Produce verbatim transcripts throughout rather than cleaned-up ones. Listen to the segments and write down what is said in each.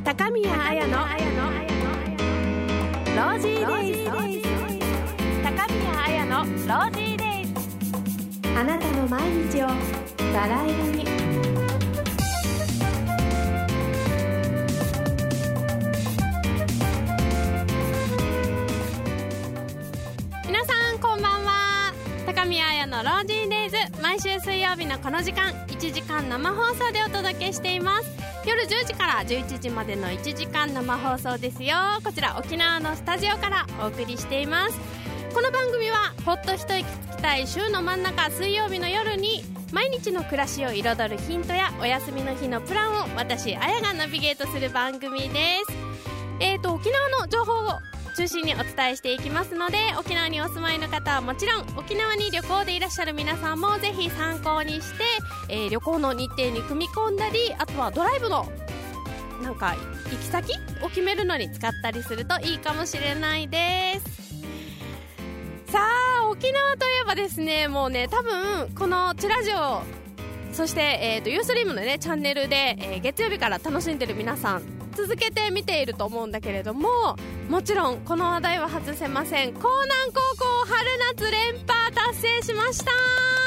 高宮彩のロージーデイズ。高宮彩のロージーデイズ。あなたの毎日をバラ色に。皆さんこんばんは。高宮彩のロージーデイズ、毎週水曜日のこの時間いちじかん生放送でお届けしています。夜じゅうじからじゅういちじまでのいちじかん生放送ですよ。こちら沖縄のスタジオからお送りしています。この番組はほっと一息つきたい週の真ん中水曜日の夜に毎日の暮らしを彩るヒントやお休みの日のプランを私あやがナビゲートする番組です。えーと沖縄の情報を中心にお伝えしていきますので、沖縄にお住まいの方はもちろん、沖縄に旅行でいらっしゃる皆さんもぜひ参考にして、えー、旅行の日程に組み込んだり、あとはドライブのなんか行き先を決めるのに使ったりするといいかもしれないです。さあ沖縄といえばですね、もうね多分このチラジオ、そして、えー、とユーストリームのねチャンネルで、えー、月曜日から楽しんでる皆さん続けて見ていると思うんだけれども、もちろんこの話題は外せません。江南高校春夏連覇達成しました。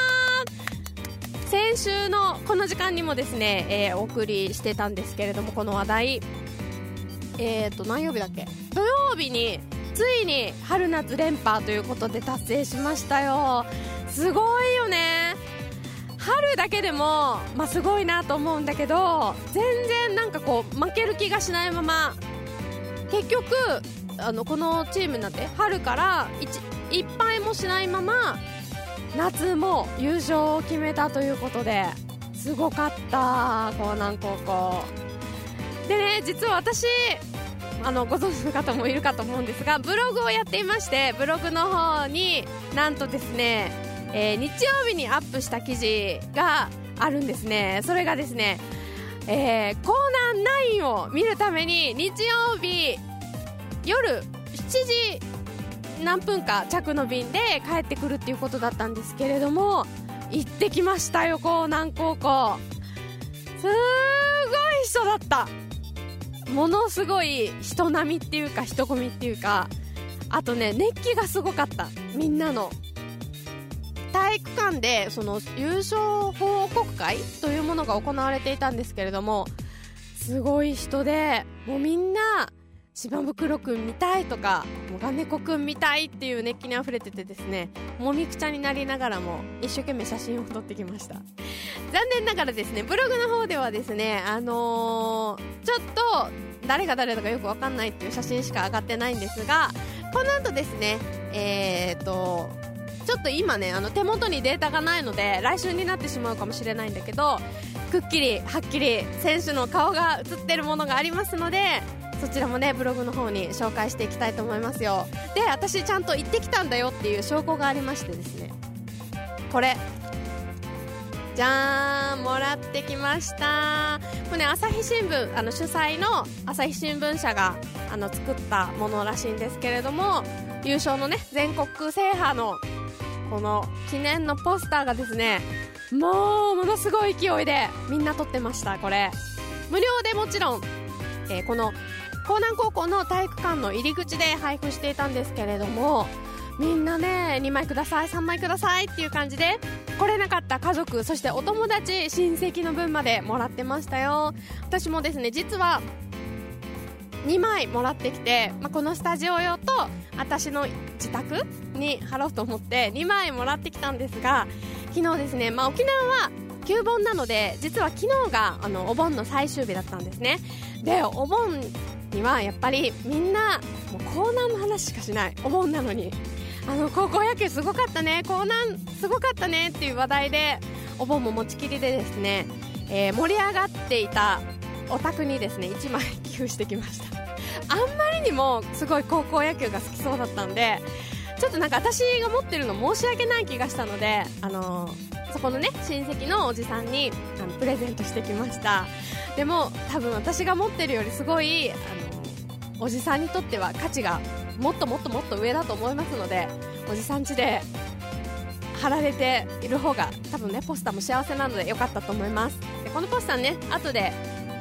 先週のこの時間にもですね、えー、お送りしてたんですけれども、この話題えーと何曜日だっけ、土曜日についに春夏連覇ということで達成しましたよ。すごいよね。春だけでも、まあ、すごいなと思うんだけど、全然なんかこう負ける気がしないまま、結局あのこのチームになって春からいっぱいもしないまま夏も優勝を決めたということで、すごかった江南高校でね。実は私あのご存知の方もいるかと思うんですが、ブログをやっていまして、ブログの方になんとですね、えー、日曜日にアップした記事があるんですね。それがですね、えー、江南ナインを見るために日曜日夜しちじ何分か着の便で帰ってくるっていうことだったんですけれども、行ってきましたよ江南高校。すごい人だった。ものすごい人並みっていうか人混みっていうか、あとね熱気がすごかった。みんなの体育館でその優勝報告会というものが行われていたんですけれども、すごい人で、もうみんな島袋くん見たいとかもがねこくん見たいっていう熱気にあふれててですね、もみくちゃになりながらも一生懸命写真を撮ってきました。残念ながらですね、ブログの方ではですね、あのー、ちょっと誰が誰だかよくわかんないっていう写真しか上がってないんですが、この後ですね、えーとちょっと今ねあの手元にデータがないので来週になってしまうかもしれないんだけど、くっきりはっきり選手の顔が映ってるものがありますので、そちらもねブログの方に紹介していきたいと思いますよ。で、私ちゃんと行ってきたんだよっていう証拠がありましてですね、これじゃーん、もらってきました。これね、朝日新聞あの主催の朝日新聞社があの作ったものらしいんですけれども、優勝のね全国制覇のこの記念のポスターがですね、もうものすごい勢いでみんな撮ってました。これ無料でもちろん、えー、この江南高校の体育館の入り口で配布していたんですけれども、みんなねにまいくださいさんまいくださいっていう感じで、来れなかった家族、そしてお友達親戚の分までもらってましたよ。私もですね実はにまいもらってきて、まあ、このスタジオ用と私の自宅に貼ろうと思ってにまいもらってきたんですが、昨日ですね、まあ、沖縄は旧盆なので、実は昨日があのお盆の最終日だったんですね。で、お盆にはやっぱりみんなもう江南の話しかしない。お盆なのにあの高校野球すごかったね、江南すごかったねっていう話題で、お盆も持ちきりでですね、えー、盛り上がっていたお宅にですねいちまい寄付してきました。あんまりにもすごい高校野球が好きそうだったんで、ちょっとなんか私が持ってるの申し訳ない気がしたので、あのー、そこのね親戚のおじさんにあのプレゼントしてきました。でも多分私が持ってるよりすごい、あのー、おじさんにとっては価値がもっともっともっと上だと思いますので、おじさん家で貼られている方が多分ねポスターも幸せなので良かったと思います。でこのポスターね後で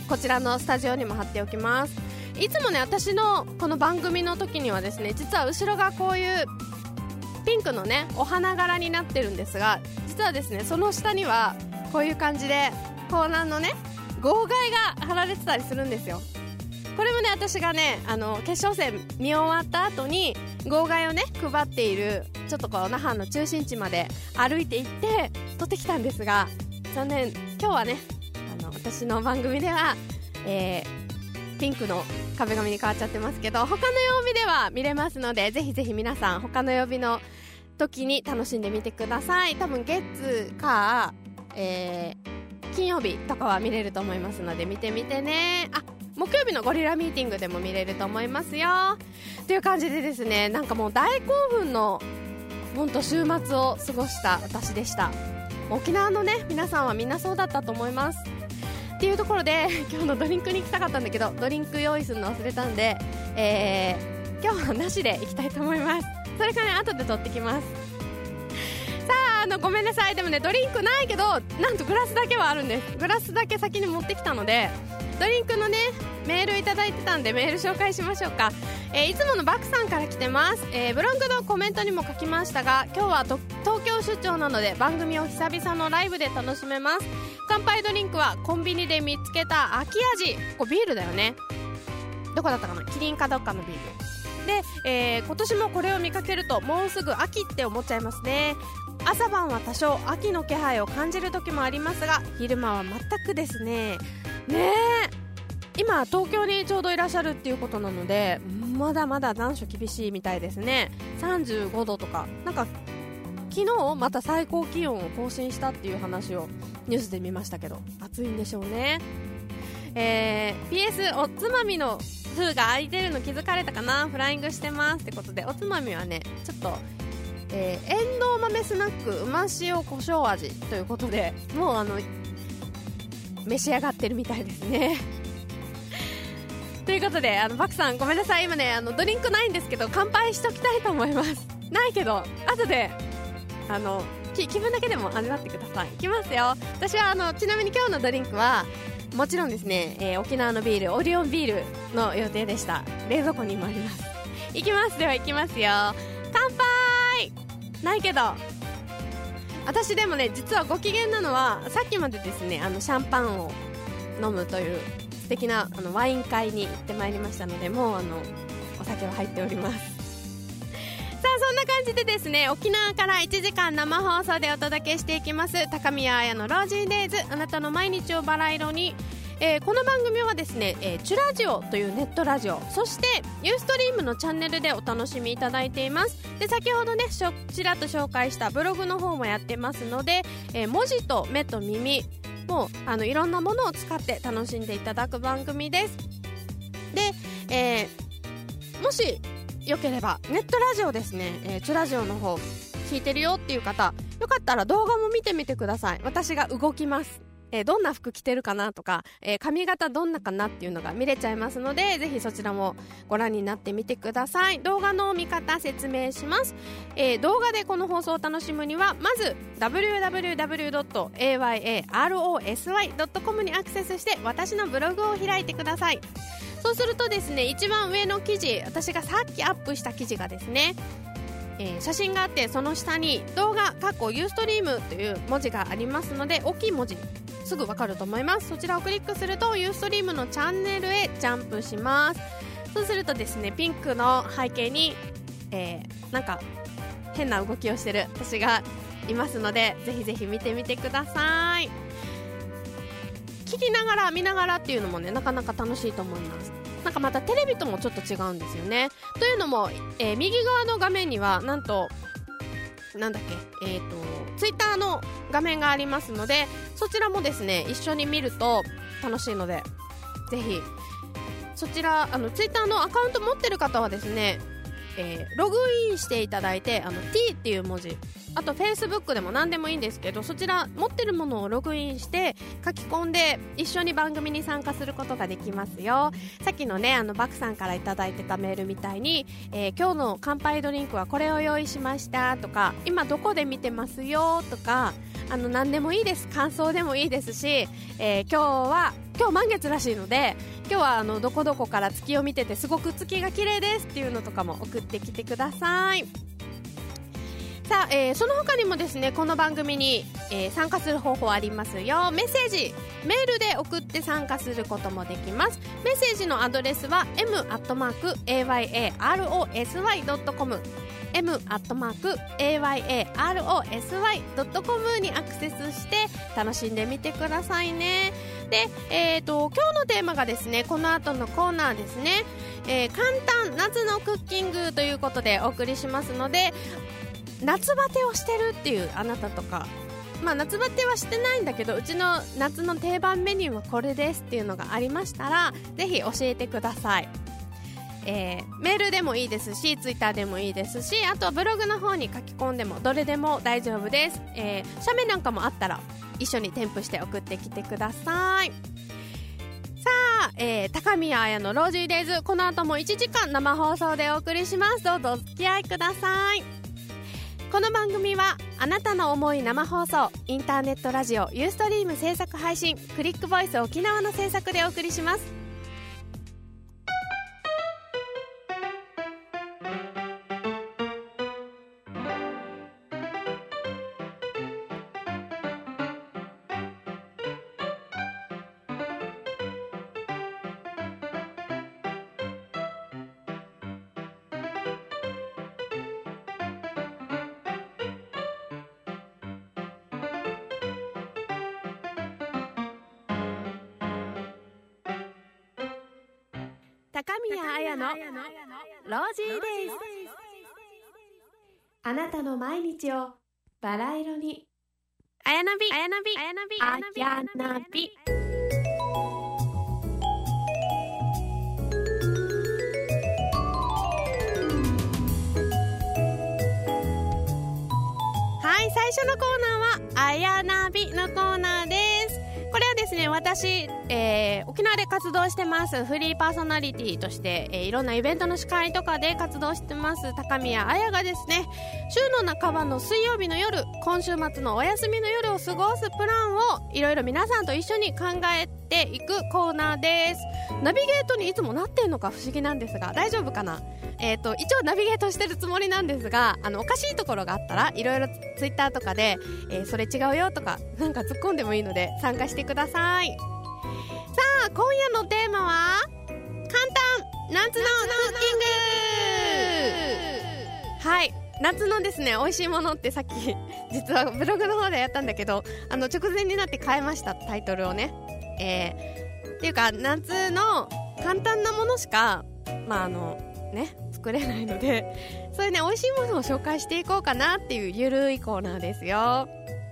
こちらのスタジオにも貼っておきます。いつもね私のこの番組の時にはですね、実は後ろがこういうピンクのねお花柄になってるんですが、実はですねその下にはこういう感じでコーナーのね号外が貼られてたりするんですよ。これもね私がねあの決勝戦見終わった後に号外をね配っているちょっとこう那覇の中心地まで歩いて行って取ってきたんですが、残念今日はねあの私の番組では、えー、ピンクの壁紙に変わっちゃってますけど、他の曜日では見れますので、ぜひぜひ皆さん他の曜日の時に楽しんでみてください。多分月か、えー、金曜日とかは見れると思いますので見てみてね。あ、木曜日のゴリラミーティングでも見れると思いますよという感じでですね、なんかもう大興奮のほんと週末を過ごした私でした。沖縄のね皆さんはみんなそうだったと思いますっていうところで、今日のドリンクに行きたかったんだけどドリンク用意するの忘れたんで、えー、今日はなしで行きたいと思います。それからね後で取ってきます。さあ、あのごめんなさい、でもねドリンクないけどなんとグラスだけはあるんです。グラスだけ先に持ってきたので、ドリンクのねメールいただいてたんでメール紹介しましょうか。えー、いつものバクさんから来てます。えー、ブログのコメントにも書きましたが、今日はと東京出張なので番組を久々のライブで楽しめます。乾杯ドリンクはコンビニで見つけた秋味、これビールだよね、どこだったかな、キリンかどっかのビールで、えー、今年もこれを見かけるともうすぐ秋って思っちゃいますね。朝晩は多少秋の気配を感じる時もありますが、昼間は全くですね。ねえ、今東京にちょうどいらっしゃるっていうことなので、まだまだ残暑厳しいみたいですね。さんじゅうごどとか、なんか昨日また最高気温を更新したっていう話をニュースで見ましたけど、暑いんでしょうね。えー、ピーエス おつまみの封が開いてるの気づかれたかな、フライングしてますってことで、おつまみはねちょっと、えー、エンドウ豆スナックうま塩胡椒味ということで、もうあの召し上がってるみたいですねということで、あのバクさんごめんなさい、今ねあのドリンクないんですけど乾杯しときたいと思います。ないけど後であの気分だけでも味わってください。いきますよ。私はあのちなみに今日のドリンクはもちろんですね、えー、沖縄のビールオリオンビールの予定でした。冷蔵庫にもあります。いきます。ではいきますよ。乾杯。ないけど私でもね実はご機嫌なのは、さっきまでですねあのシャンパンを飲むという素敵なあのワイン会に行ってまいりましたので、もうあのお酒は入っております。さあそんな感じでですね、沖縄からいちじかん生放送でお届けしていきます高宮彩のロージーデイズ、あなたの毎日をバラ色に。えー、この番組はですね、えー、チュラジオというネットラジオ、そしてユーストリームのチャンネルでお楽しみいただいています。で先ほどねしょちらっと紹介したブログの方もやってますので、えー、文字と目と耳もうあのいろんなものを使って楽しんでいただく番組です。で、えー、もしよければネットラジオですね、えー、チュラジオの方聞いてるよっていう方、よかったら動画も見てみてください。私が動きます。えー、どんな服着てるかなとか、えー、髪型どんなかなっていうのが見れちゃいますので、ぜひそちらもご覧になってみてください。動画の見方説明します。えー、動画でこの放送を楽しむにはまず ダブリューダブリューダブリュードットエーワイエーアールオーエスワイドットコム にアクセスして私のブログを開いてください。そうするとですね、一番上の記事、私がさっきアップした記事がですね、えー、写真があって、その下に動画ユーストリームという文字がありますので、大きい文字すぐわかると思います。そちらをクリックするとユーストリームのチャンネルへジャンプします。そうするとですね、ピンクの背景に、えー、なんか変な動きをしてる私がいますので、ぜひぜひ見てみてください。聞きながら見ながらっていうのもね、なかなか楽しいと思います。なんかまたテレビともちょっと違うんですよね。というのも、えー、右側の画面にはなんとなんだっけ、えーとツイッターの画面がありますので、そちらもですね一緒に見ると楽しいので、ぜひそちらあのツイッターのアカウント持ってる方はですね、えー、ログインしていただいて、あの T っていう文字あと Facebook でも何でもいいんですけど、そちら持ってるものをログインして書き込んで一緒に番組に参加することができますよ。さっきのね、あのバクさんからいただいてたメールみたいに、えー、今日の乾杯ドリンクはこれを用意しましたとか、今どこで見てますよとか、あの何でもいいです。感想でもいいですし、えー、今日は今日満月らしいので、今日はあのどこどこから月を見ててすごく月が綺麗ですっていうのとかも送ってきてください。さあ、えー、その他にもですね、この番組に、えー、参加する方法ありますよ。メッセージメールで送って参加することもできます。メッセージのアドレスは エム アットマーク エーワイエーアールオーエスワイ ドットコム エム アットマーク エーワイエーアールオーエスワイ ドットコム にアクセスして楽しんでみてくださいね。で、えーと、今日のテーマがですね、この後のコーナーですね、えー、簡単夏のクッキングということでお送りしますので、夏バテをしてるっていうあなたとか、まあ夏バテはしてないんだけど、うちの夏の定番メニューはこれですっていうのがありましたら、ぜひ教えてください。えー、メールでもいいですし、ツイッターでもいいですし、あとはブログの方に書き込んでもどれでも大丈夫です。えー、写メなんかもあったら一緒に添付して送ってきてください。さあ、えー、高宮彩のロージーデイズ、この後もいちじかん生放送でお送りします。どうぞお付き合いください。この番組はあなたの思い生放送、インターネットラジオユーストリーム制作配信、クリックボイス沖縄の制作でお送りします。高宮彩のロージーデイズ、あなたの毎日をバラ色に。あやなびあやなびあやなびあやなび。はい、最初のコーナーはあやなびのコーナーです。これはですね、私、えー、沖縄で活動してますフリーパーソナリティとして、えー、いろんなイベントの司会とかで活動してます高宮彩がですね、週の半ばの水曜日の夜、今週末のお休みの夜を過ごすプランをいろいろ皆さんと一緒に考えていくコーナーです。ナビゲートにいつもなってんのか不思議なんですが、大丈夫かな。えーと、一応ナビゲートしてるつもりなんですが、あのおかしいところがあったらいろいろツイッターとかで、えー、それ違うよとかなんか突っ込んでもいいので参加してください。さあ、今夜のテーマは簡単夏のクッキング。はい、夏のですね、美味しいものってさっき実はブログの方でやったんだけど、あの直前になって変えました、タイトルをね。えー、っていうか夏の簡単なものしかまああのね作れないので、そういうね美味しいものを紹介していこうかなっていうゆるいコーナーですよ。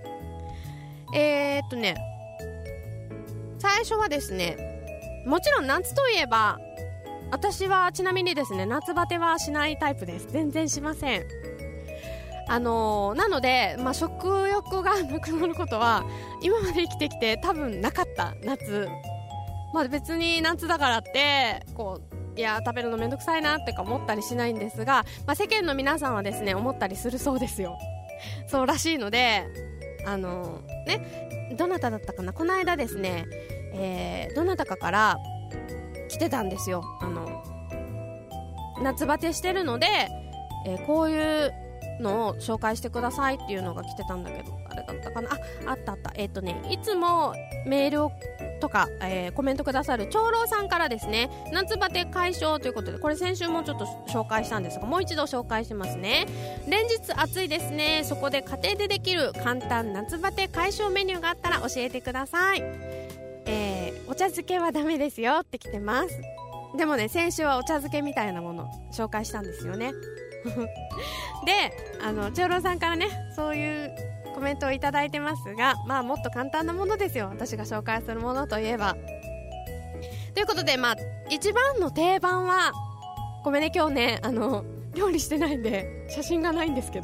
えーっとね最初はですね、もちろん夏といえば、私はちなみにですね、夏バテはしないタイプです。全然しません。あのー、なので、まあ、食欲がなくなることは今まで生きてきて多分なかった夏。まあ、別に夏だからってこういや食べるのめんどくさいなってか思ったりしないんですが、まあ、世間の皆さんはですね思ったりするそうですよ。そうらしいので、あのー、ねどなただったかな、この間ですね、えー、どなたかから来てたんですよ。あの夏バテしてるので、えー、こういうのを紹介してくださいっていうのが来てたんだけど、あれだったかなあ、あったあったえっ、ー、とねいつもメールをとか、えー、コメントくださる長老さんからですね、夏バテ解消ということで、これ先週もちょっと紹介したんですが、もう一度紹介しますね。連日暑いですね。そこで家庭でできる簡単夏バテ解消メニューがあったら教えてください。えー、お茶漬けはダメですよって来てます。でもね、先週はお茶漬けみたいなもの紹介したんですよね。で、あの長老さんからねそういうコメントをいただいてますが、まあもっと簡単なものですよ、私が紹介するものといえば。ということで、まあ一番の定番は、ごめんね今日ねあの料理してないんで写真がないんですけど、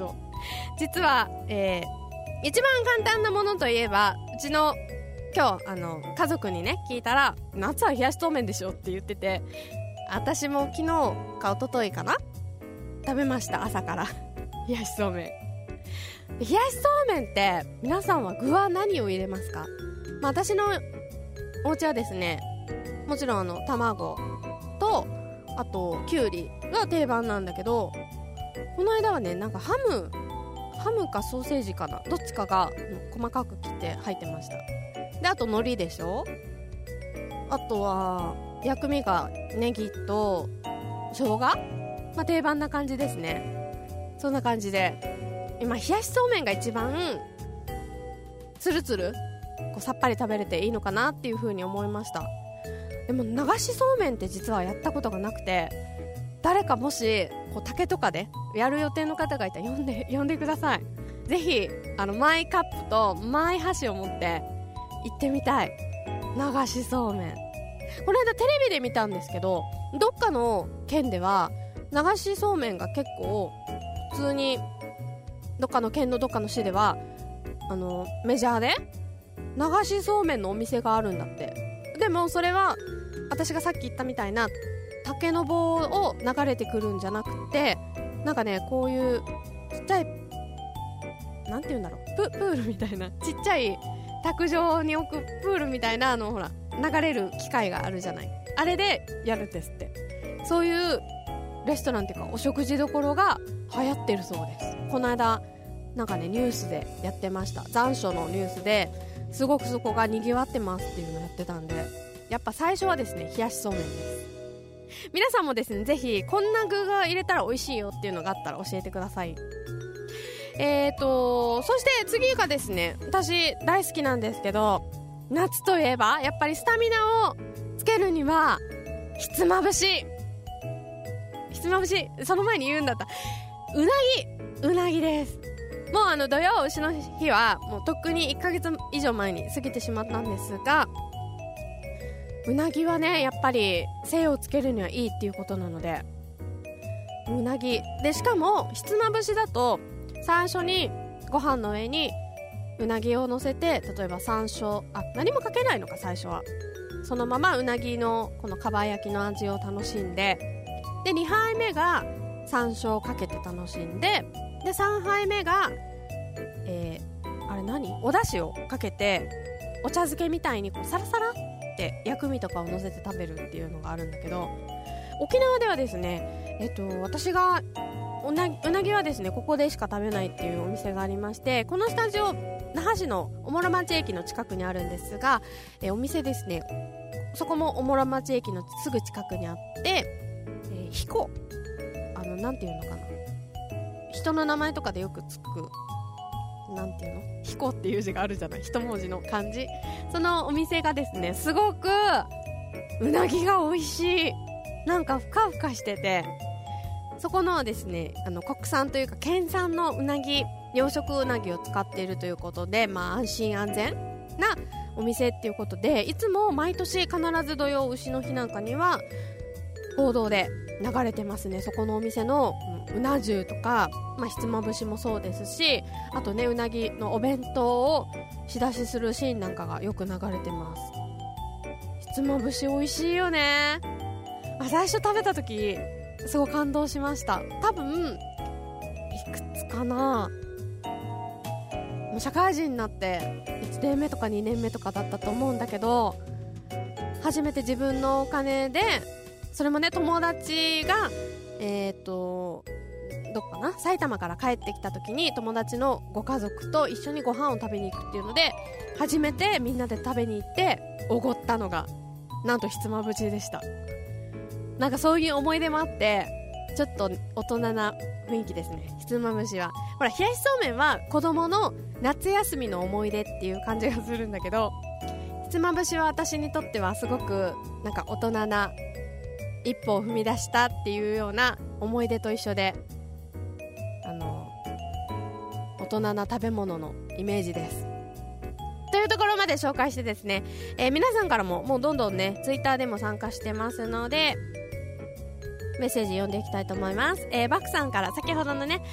実は、えー、一番簡単なものといえば、うちの今日あの家族にね聞いたら、夏は冷やしそうめんでしょって言ってて、私も昨日か一昨日かな食べました、朝から冷やしそうめん。冷やしそうめんって皆さんは具は何を入れますか？まあ、私のお家はですね、もちろんあの卵とあときゅうりが定番なんだけど、この間はねなんかハムハムかソーセージかな、どっちかが細かく切って入ってました。であと海苔でしょ、あとは薬味がネギと生姜、まあ、定番な感じですね。そんな感じで今冷やしそうめんが一番つるつるこうさっぱり食べれていいのかなっていう風に思いました。でも流しそうめんって実はやったことがなくて、誰かもしこう竹とかでやる予定の方がいたら呼んで呼んでください。ぜひあのマイカップとマイ箸を持って行ってみたい。流しそうめん、この間テレビで見たんですけど、どっかの県では流しそうめんが結構普通に、どっかの県のどっかの市ではあのメジャーで流しそうめんのお店があるんだって。でもそれは私がさっき言ったみたいな竹の棒を流れてくるんじゃなくて、なんかねこういうちっちゃいなんていうんだろう プ, プールみたいな、ちっちゃい卓上に置くプールみたいな、あのほら流れる機械があるじゃない、あれでやるんですって。そういうレストランっていうかお食事どころが流行ってるそうです。この間なんかねニュースでやってました。残暑のニュースですごくそこが賑わってますっていうのをやってたんで、やっぱ最初はですね冷やしそうめんです。皆さんもですねぜひこんな具が入れたら美味しいよっていうのがあったら教えてください。えーとそして次がですね、私大好きなんですけど、夏といえばやっぱりスタミナをつけるにはひつまぶし。ひつまぶし、その前に言うんだった、うなぎうなぎです。もうあの土曜牛の日はもうとっくにいっかげつ以上前に過ぎてしまったんですが、うなぎはねやっぱり精をつけるにはいいっていうことなので、うなぎで、しかもひつまぶしだと最初にご飯の上にうなぎを乗せて、例えば山椒、あ、何もかけないのか最初は、そのままうなぎのこのかば焼きの味を楽しんで、でにはいめが山椒をかけて楽しんで、でさんはいめが、えー、あれ何お出汁をかけてお茶漬けみたいにこうサラサラって薬味とかを乗せて食べるっていうのがあるんだけど、沖縄ではですね、えっと、私がうな、うなぎはですねここでしか食べないっていうお店がありまして、このスタジオ那覇市のおもろ町駅の近くにあるんですが、えお店ですね、そこもおもろ町駅のすぐ近くにあって、えー、ひこ、あのなんていうのかな、人の名前とかでよくつくなんていうの、ひこっていう字があるじゃない、一文字の漢字、そのお店がですねすごくうなぎが美味しい、なんかふかふかしてて、そこのですねあの国産というか県産のうなぎ、養殖うなぎを使っているということで、まあ安心安全なお店っていうことで、いつも毎年必ず土曜牛の日なんかには報道で流れてますね。そこのお店のうな重とか、まあ、ひつまぶしもそうですし、あとねうなぎのお弁当を仕出しするシーンなんかがよく流れてます。ひつまぶし美味しいよね。あ、最初食べた時すごい感動しました。多分いくつかな、もう社会人になっていちねんめとかにねんめとかだったと思うんだけど、初めて自分のお金で、それもね友達がえっとどっかな、埼玉から帰ってきた時に友達のご家族と一緒にご飯を食べに行くっていうので、初めてみんなで食べに行っておごったのがなんとひつまぶしでした。なんかそういう思い出もあってちょっと大人な雰囲気ですね、ひつまぶしは。ほら冷やしそうめんは子供の夏休みの思い出っていう感じがするんだけど、ひつまぶしは私にとってはすごくなんか大人な一歩を踏み出したっていうような思い出と一緒で、あの大人な食べ物のイメージです。というところまで紹介してですね、えー、皆さんからももうどんどんねツイッターでも参加してますのでメッセージ読んでいきたいと思います。えー、バクさんから先ほどのね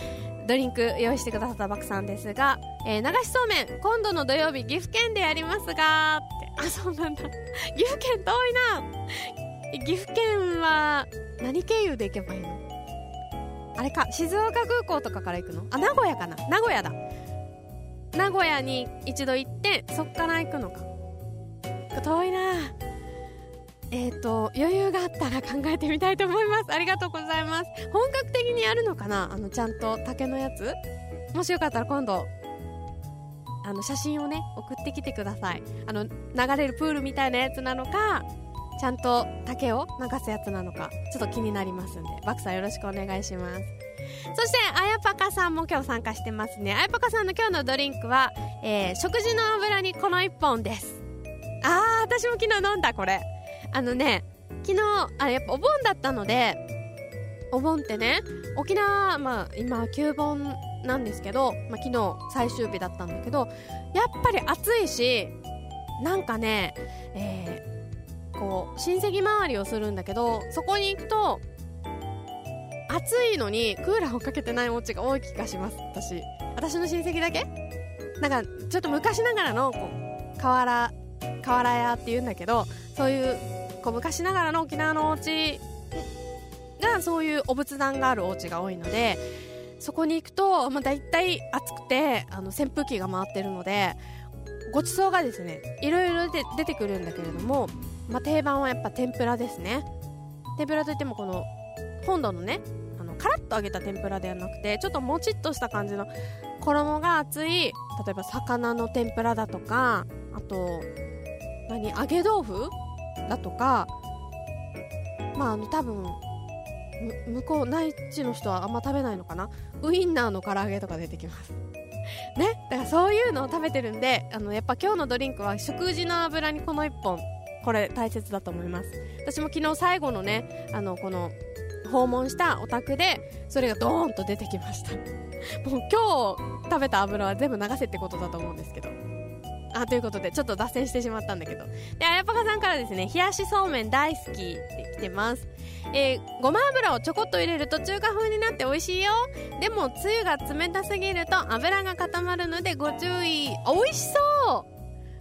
ドリンク用意してくださったバクさんですが、えー、流しそうめん今度の土曜日岐阜県でやりますがって。あ、そうなんだ。岐阜県遠いな。岐阜県は何経由で行けばいいの？あれか、静岡空港とかから行くの？あ、名古屋かな。名古屋だ。名古屋に一度行ってそっから行くのか。遠いな。えっと余裕があったら考えてみたいと思います。ありがとうございます。本格的にやるのかな、あのちゃんと竹のやつ。もしよかったら今度あの写真をね送ってきてください。あの流れるプールみたいなやつなのか、ちゃんと竹を流すやつなのか、ちょっと気になりますんで、バクさんよろしくお願いします。そしてあやぱかさんも今日参加してますね。あやぱかさんの今日のドリンクは、えー、食事の油にこの一本です。あー、私も昨日飲んだ。これあのね、昨日あれやっぱお盆だったので、お盆ってね沖縄、まあ今旧盆なんですけど、まあ、昨日最終日だったんだけど、やっぱり暑いし、なんかね、えー、こう親戚周りをするんだけど、そこに行くと暑いのにクーラーをかけてないお家が多い気がします。私私の親戚だけなんかちょっと昔ながらのこう瓦瓦屋っていうんだけど、そういうこう昔ながらの沖縄のお家がそういうお仏壇があるお家が多いので、そこに行くと、まあ、だいたい暑くてあの扇風機が回ってるので、ごちそうがですねいろいろで出てくるんだけれども、まあ、定番はやっぱ天ぷらですね。天ぷらといってもこの本土のね、あのカラッと揚げた天ぷらではなくて、ちょっともちっとした感じの衣が厚い、例えば魚の天ぷらだとか、あと何揚げ豆腐だとか、まああの多分向こう内地の人はあんま食べないのかな、ウインナーの唐揚げとか出てきますね。だからそういうのを食べてるんで、あのやっぱ今日のドリンクは食事の油にこの一本、これ大切だと思います。私も昨日最後のね、あのこの訪問したお宅でそれがドーンと出てきましたもう今日食べた油は全部流せってことだと思うんですけど、あ、ということでちょっと脱線してしまったんだけど、であやぱかさんからですね、冷やしそうめん大好きって来てます。えー、ごま油をちょこっと入れると中華風になって美味しいよ。でもつゆが冷たすぎると油が固まるのでご注意。美味しそう、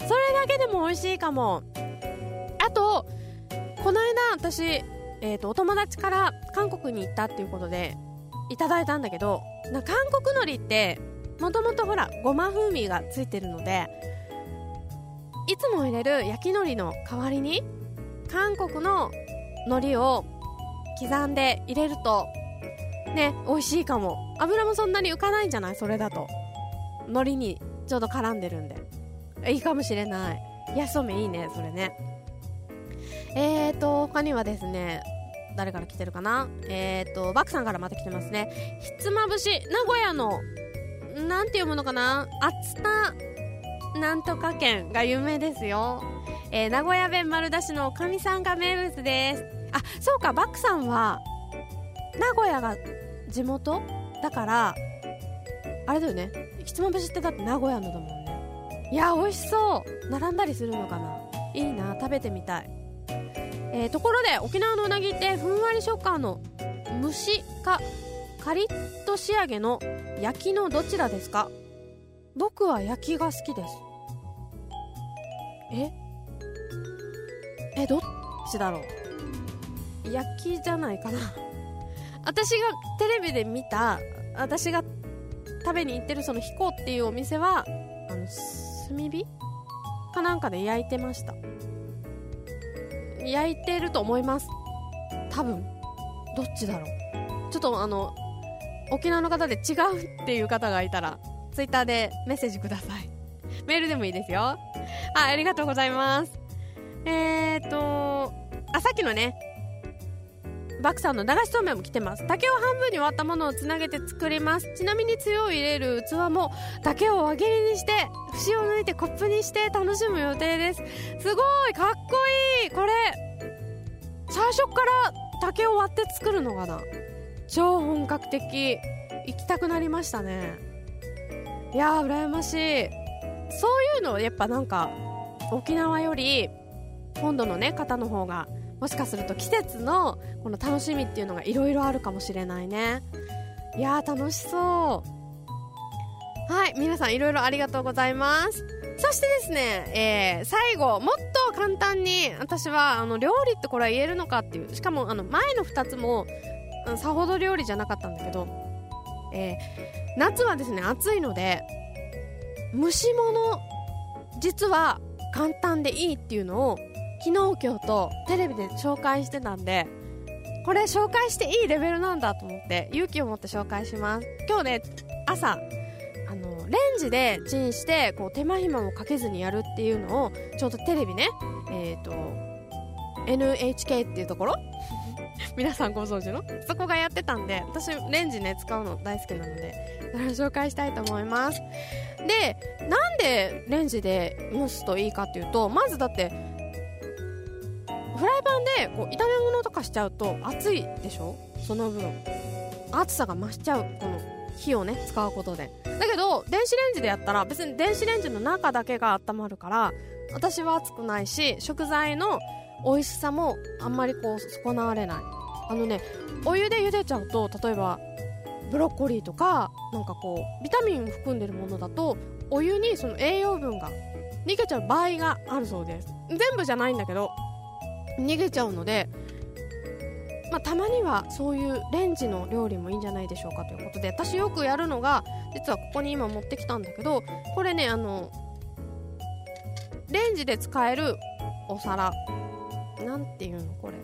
それだけでも美味しいかも。あとこの間私、えー、とお友達から韓国に行ったっていうことでいただいたんだけど、な韓国海苔ってもともとほらごま風味がついてるので、いつも入れる焼き海苔の代わりに韓国の海苔を刻んで入れるとね、美味しいかも。油もそんなに浮かないんじゃない？それだと海苔にちょうど絡んでるんでいいかもしれない。冷やしそうめんいいね、それね。えーと他にはですね、誰から来てるかな。えーとバクさんからまた来てますね。ひつまぶし、名古屋のなんて読むのかな、熱田なんとか県が有名ですよ。えー、名古屋弁丸出しのおかみさんが名物です。あ、そうか、バクさんは名古屋が地元だからあれだよね。ひつまぶしってだって名古屋のだもんね。いや美味しそう。並んだりするのかな。いいな、食べてみたい。えー、ところで沖縄のうなぎってふんわり食感の蒸しかカリッと仕上げの焼きのどちらですか？僕は焼きが好きです。ええどっちだろう。焼きじゃないかな。私がテレビで見た、私が食べに行ってるそのヒコっていうお店はあの炭火かなんかで焼いてました。焼いてると思います、多分。どっちだろう。ちょっとあの沖縄の方で違うっていう方がいたらツイッターでメッセージください。メールでもいいですよ。あ、ありがとうございます。えーとあ、さっきのねバクさんの流しそうめんも来てます。竹を半分に割ったものをつなげて作ります。ちなみにつゆを入れる器も竹を輪切りにして節を抜いてコップにして楽しむ予定です。すごいかっこいい。これ最初から竹を割って作るのかな。超本格的。行きたくなりましたね。いやー羨ましい。そういうのやっぱなんか沖縄より本土のね方の方がもしかすると季節のこの楽しみっていうのがいろいろあるかもしれないね。 いやー楽しそう。はい、皆さんいろいろありがとうございます。そしてですね、えー、最後もっと簡単に私はあの料理ってこれは言えるのかっていう、しかもあの前のふたつもさほど料理じゃなかったんだけど、えー、夏はですね暑いので蒸し物実は簡単でいいっていうのを昨日今日とテレビで紹介してたんで、これ紹介していいレベルなんだと思って勇気を持って紹介します。今日ね朝あのレンジでチンしてこう手間暇もかけずにやるっていうのをちょうどテレビね、えーと エヌエイチケー っていうところ皆さんご存知のそこがやってたんで、私レンジね使うの大好きなのでそれを紹介したいと思います。で、なんでレンジで蒸すといいかっていうと、まずだってフライパンでこう炒め物とかしちゃうと熱いでしょ、その分熱さが増しちゃう、この火をね使うことで。だけど電子レンジでやったら別に電子レンジの中だけが温まるから私は熱くないし、食材の美味しさもあんまりこう損なわれない。あのねお湯で茹でちゃうと、例えばブロッコリーとかなんかこうビタミンを含んでるものだとお湯にその栄養分が逃げちゃう場合があるそうです。全部じゃないんだけど逃げちゃうので、まあ、たまにはそういうレンジの料理もいいんじゃないでしょうかということで、私よくやるのが実はここに今持ってきたんだけど、これねあのレンジで使えるお皿なんていうのこれ、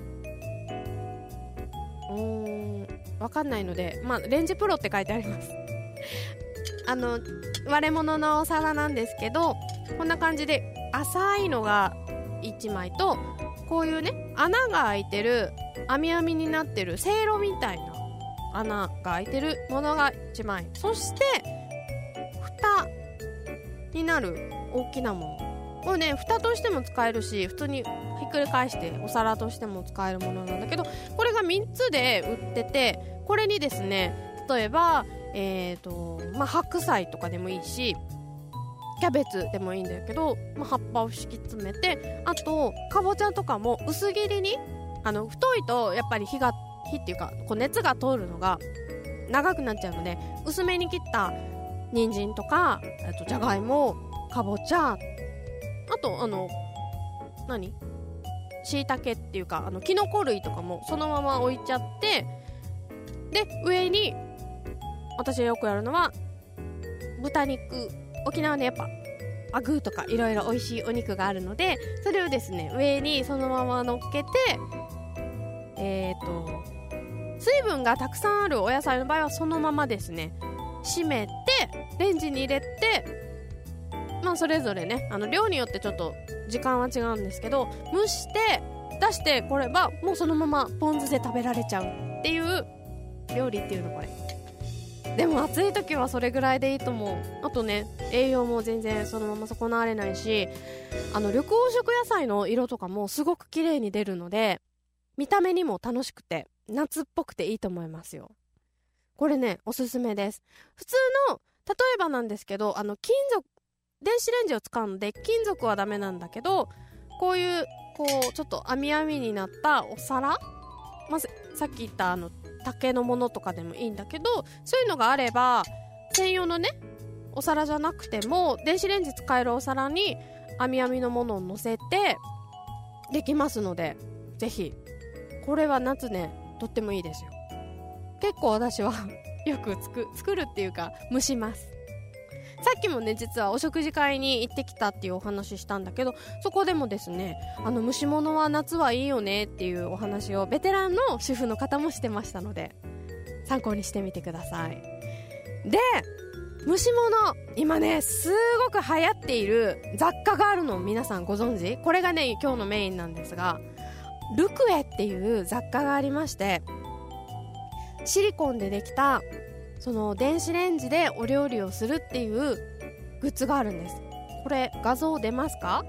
うーんわかんないので、まあ、レンジプロって書いてありますあの割れ物のお皿なんですけど、こんな感じで浅いのがいちまいと、こういうね穴が開いてる網網になってるせいろみたいな穴が開いてるものがいちまい、そして蓋になる大きなもの、これね蓋としても使えるし普通にひっくり返してお皿としても使えるものなんだけど、これがみっつで売ってて、これにですね例えば、えーとまあ、白菜とかでもいいしキャベツでもいいんだけど、まあ、葉っぱを敷き詰めて、あとかぼちゃとかも薄切りに、あの太いとやっぱり火が火っていうかこう熱が通るのが長くなっちゃうので、薄めに切った人参とかあとじゃがいも、かぼちゃ、あとあの何しいたけっていうかあのキノコ類とかもそのまま置いちゃって、で上に私がよくやるのは豚肉、沖縄ねやっぱアグーとかいろいろ美味しいお肉があるので、それをですね上にそのまま乗っけて、えーと水分がたくさんあるお野菜の場合はそのままですね閉めてレンジに入れて、まあそれぞれねあの量によってちょっと時間は違うんですけど蒸して出してこればもうそのままポン酢で食べられちゃうっていう料理っていうのこれ。でも暑い時はそれぐらいでいいと思う。あとね栄養も全然そのまま損なわれないし、あの緑黄色野菜の色とかもすごく綺麗に出るので見た目にも楽しくて夏っぽくていいと思いますよ。これねおすすめです。普通の例えばなんですけど、あの金属電子レンジを使うので金属はダメなんだけど、こういうこうちょっと網網になったお皿、まあ、さっき言ったあの竹のものとかでもいいんだけど、そういうのがあれば専用のねお皿じゃなくても電子レンジ使えるお皿に網網のものを乗せてできますので、ぜひこれは夏ねとってもいいですよ。結構私はよくつく作るっていうか蒸します。さっきもね実はお食事会に行ってきたっていうお話したんだけど、そこでもですねあの蒸し物は夏はいいよねっていうお話をベテランの主婦の方もしてましたので参考にしてみてください。で蒸し物今ねすごく流行っている雑貨があるの皆さんご存知？これがね今日のメインなんですが、ルクエっていう雑貨がありまして、シリコンでできたその電子レンジでお料理をするっていうグッズがあるんです。これ画像出ますか？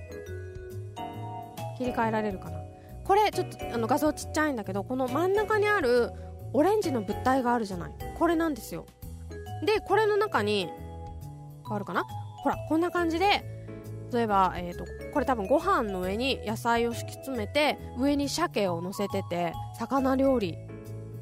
切り替えられるかな。これちょっとあの画像ちっちゃいんだけど、この真ん中にあるオレンジの物体があるじゃない、これなんですよ。でこれの中に変わるかな、ほらこんな感じで、例えば、えーと、これ多分ご飯の上に野菜を敷き詰めて上に鮭を乗せてて魚料理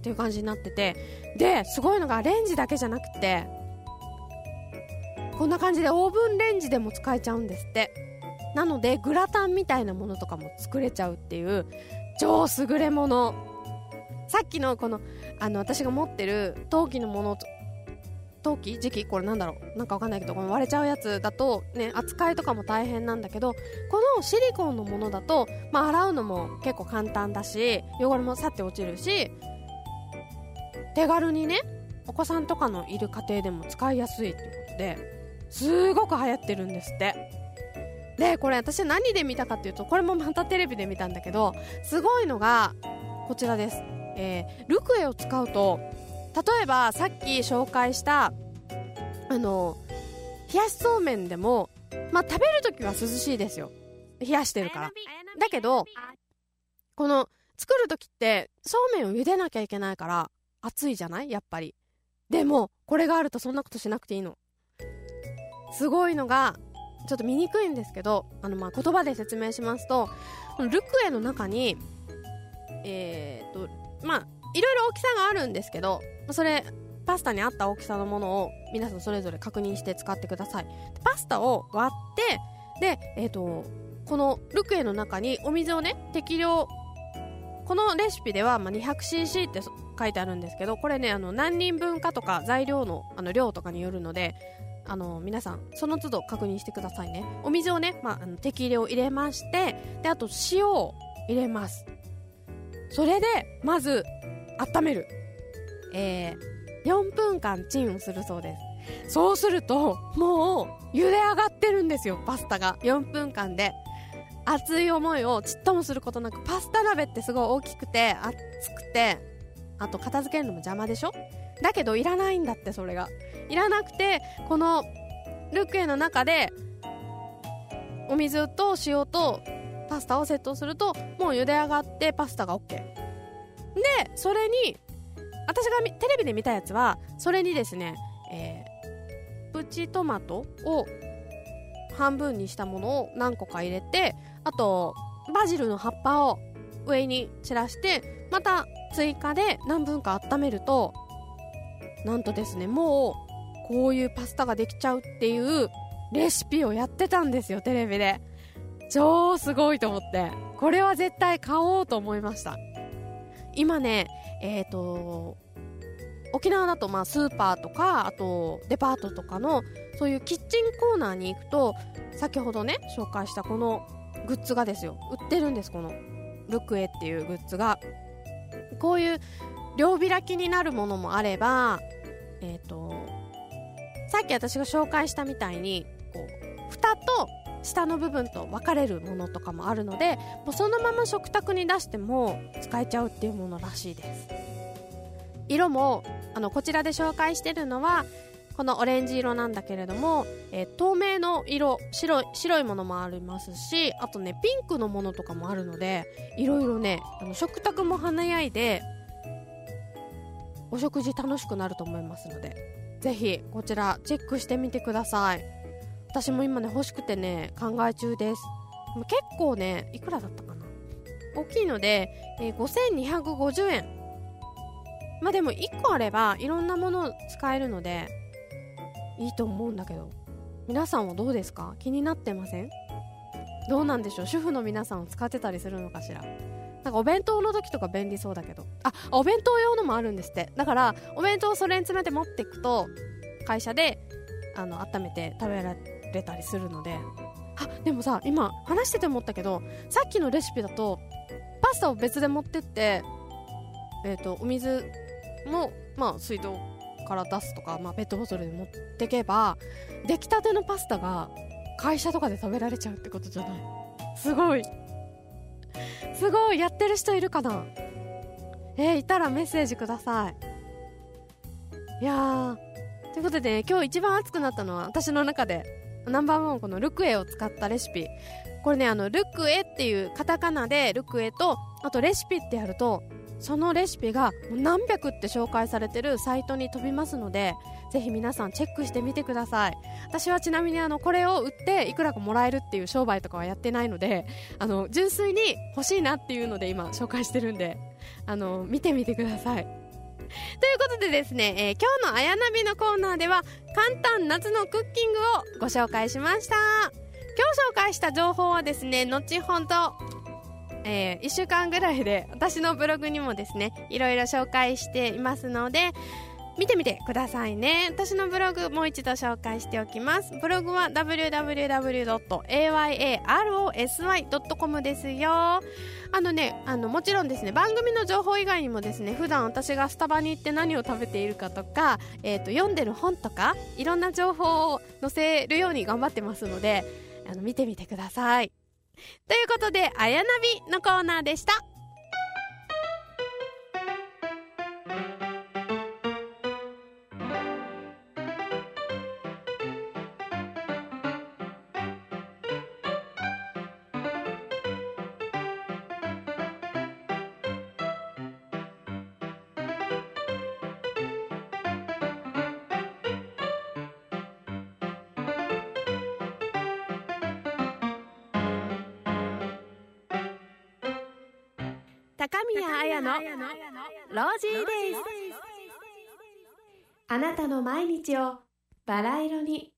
っていう感じになってて、ですごいのがレンジだけじゃなくてこんな感じでオーブンレンジでも使えちゃうんですって。なのでグラタンみたいなものとかも作れちゃうっていう超優れもの。さっきのこのあの私が持ってる陶器のものと陶器磁器これなんだろうなんかわかんないけど、この割れちゃうやつだとね扱いとかも大変なんだけど、このシリコンのものだと、まあ、洗うのも結構簡単だし汚れもさって落ちるし、手軽にねお子さんとかのいる家庭でも使いやすいっていうことですごく流行ってるんですって。でこれ私は何で見たかっていうと、これもまたテレビで見たんだけど、すごいのがこちらです。えー、ルクエを使うと、例えばさっき紹介したあの冷やしそうめんでも、まあ、食べるときは涼しいですよ、冷やしてるから。だけどこの作るときってそうめんを茹でなきゃいけないから熱いじゃないやっぱり。でもこれがあるとそんなことしなくていいの。すごいのがちょっと見にくいんですけど、あのまあ言葉で説明しますと、このルクエの中にえー、っとまあいろいろ大きさがあるんですけど、それパスタに合った大きさのものを皆さんそれぞれ確認して使ってください。パスタを割ってで、えー、とこのルクエの中にお水をね適量、このレシピではまあ にひゃくシーシー って書いてあるんですけど、これねあの何人分かとか材料の、あの量とかによるので、あの皆さんその都度確認してくださいね。お水をね、まあ、あの適量入れまして、であと塩を入れます。それでまず温める、えー、よんぷんかんチンをするそうです。そうするともう茹で上がってるんですよ、パスタが。よんぷんかんで熱い思いをちっともすることなく、パスタ鍋ってすごい大きくて熱くて、あと片付けるのも邪魔でしょ。だけどいらないんだって。それがいらなくて、このルクエの中でお水と塩とパスタをセットするともう茹で上がってパスタが OK で、それに私がテレビで見たやつはそれにですね、えー、プチトマトを半分にしたものを何個か入れて、あとバジルの葉っぱを上に散らして、また追加で何分か温めると、なんとですねもうこういうパスタができちゃうっていうレシピをやってたんですよ、テレビで。超すごいと思って、これは絶対買おうと思いました。今ねえーと沖縄だとまあスーパーとかあとデパートとかのそういうキッチンコーナーに行くと、先ほどね紹介したこのグッズがですよ売ってるんです。このルクエっていうグッズが、こういう両開きになるものもあれば、えーとさっき私が紹介したみたいにこう蓋と下の部分と分かれるものとかもあるので、もうそのまま食卓に出しても使えちゃうっていうものらしいです。色もあのこちらで紹介してるのはこのオレンジ色なんだけれども、えー、透明の色 白い、白いものもありますし、あとねピンクのものとかもあるので、いろいろねあの食卓も華やいでお食事楽しくなると思いますので、ぜひこちらチェックしてみてください。私も今ね欲しくてね考え中です。結構ねいくらだったかな、大きいので、えー、ごせんにひゃくごじゅうえん。まあでもいっこあればいろんなもの使えるのでいいと思うんだけど、皆さんはどうですか？気になってません？どうなんでしょう、主婦の皆さんを使ってたりするのかしら。なんかお弁当の時とか便利そうだけど、あ、お弁当用のもあるんですって。だからお弁当をそれに詰めて持っていくと会社であの温めて食べられたりするので。あ、でもさ今話してて思ったけど、さっきのレシピだとパスタを別で持ってって、えーとお水も、まあ、水道から出すとか、まあ、ペットボトルで持ってけば出来たてのパスタが会社とかで食べられちゃうってことじゃない？すごいすごい、やってる人いるかな？えー、いたらメッセージください。いやー、ということで、ね、今日一番熱くなったのは私の中でナンバーワン、このルクエを使ったレシピ。これね、あのルクエっていうカタカナでルクエと、あとレシピってやるとそのレシピが何百って紹介されてるサイトに飛びますので、ぜひ皆さんチェックしてみてください。私はちなみにあのこれを売っていくらかもらえるっていう商売とかはやってないので、あの純粋に欲しいなっていうので今紹介してるんで、あの見てみてください。 ということでですね、えー、今日のあやナビのコーナーでは簡単夏のクッキングをご紹介しました。今日紹介した情報はですね、後ほど、えー、いっしゅうかんぐらいで私のブログにもですねいろいろ紹介していますので見てみてくださいね。私のブログもう一度紹介しておきます。ブログは ダブリューダブリューダブリュードットエーワイエーアールオーエスワイドットコム ですよ。あのね、あのもちろんですね、番組の情報以外にもですね、普段私がスタバに行って何を食べているかとか、えーと、読んでる本とかいろんな情報を載せるように頑張ってますので、あの見てみてください。ということで、あやナビのコーナーでした。高宮彩のロージーデイズ。あなたの毎日をバラ色に。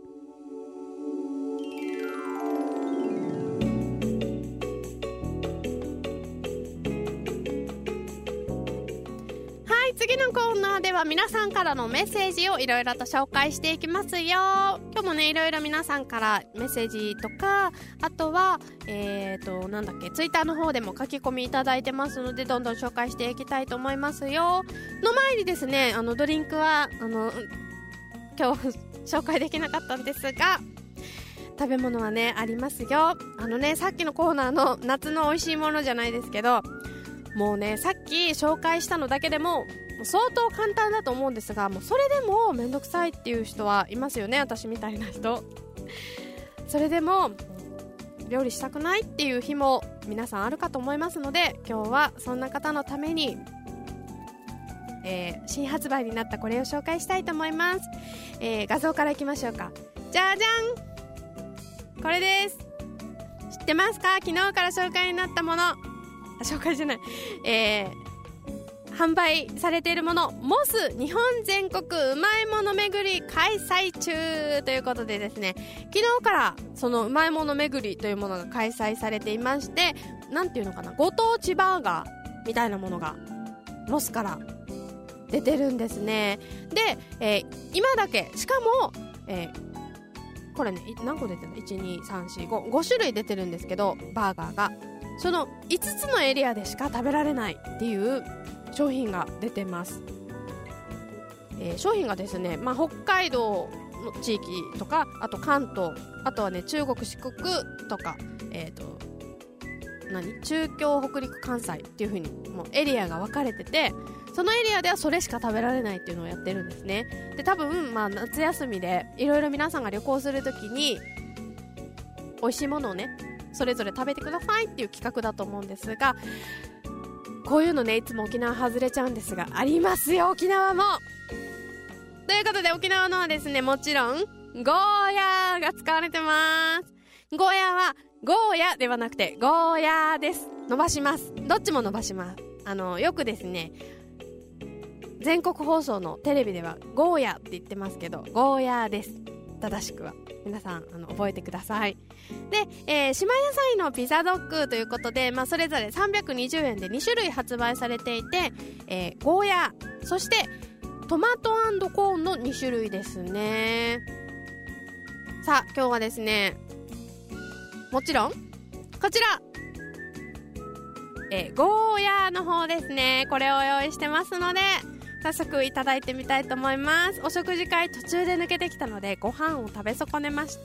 はい、次のコーナーでは皆さんからのメッセージをいろいろと紹介していきますよ。今日もね、いろいろ皆さんからメッセージとか、あとはえーとなんだっけツイッターの方でも書き込みいただいてますので、どんどん紹介していきたいと思いますよ。の前にですね、あのドリンクはあの今日紹介できなかったんですが、食べ物はねありますよ。あのね、さっきのコーナーの夏の美味しいものじゃないですけど、もうね、さっき紹介したのだけでも相当簡単だと思うんですが、もうそれでもめんどくさいっていう人はいますよね、私みたいな人。それでも料理したくないっていう日も皆さんあるかと思いますので、今日はそんな方のために、えー、新発売になったこれを紹介したいと思います。えー、画像からいきましょうか。じゃじゃん、これです。知ってますか？昨日から紹介になったもの、あ、紹介じゃない、えー販売されているもの、モス日本全国うまいもの巡り開催中ということでですね、昨日からそのうまいもの巡りというものが開催されていまして、なんていうのかな、ご当地バーガーみたいなものがモスから出てるんですね。で、えー、今だけ、しかも、えー、これね、何個出てるの ?いち、に、さん、よん、ご ご種類出てるんですけど、バーガーがそのいつつのエリアでしか食べられないっていう商品が出てます。えー、商品がですね、まあ、北海道の地域とか、あと関東、あとはね中国四国とか、えーと何中京北陸関西っていう風にもうエリアが分かれてて、そのエリアではそれしか食べられないっていうのをやってるんですね。で、多分、まあ、夏休みでいろいろ皆さんが旅行するときに美味しいものをねそれぞれ食べてくださいっていう企画だと思うんですが、こういうのねいつも沖縄外れちゃうんですが、ありますよ沖縄も。ということで、沖縄のはですね、もちろんゴーヤーが使われてます。ゴーヤーはゴーヤではなくてゴーヤーです。伸ばします。どっちも伸ばします。あのよくですね、全国放送のテレビではゴーヤって言ってますけど、ゴーヤーです。正しくは皆さんあの覚えてください。で、えー、島野菜のピザドッグということで、まあ、それぞれさんびゃくにじゅうえんでに種類発売されていて、えー、ゴーヤー、そしてトマト&コーンのに種類ですね。さあ今日はですね、もちろんこちら、えー、ゴーヤーの方ですね、これを用意してますので早速いただいてみたいと思います。お食事会途中で抜けてきたのでご飯を食べ損ねました。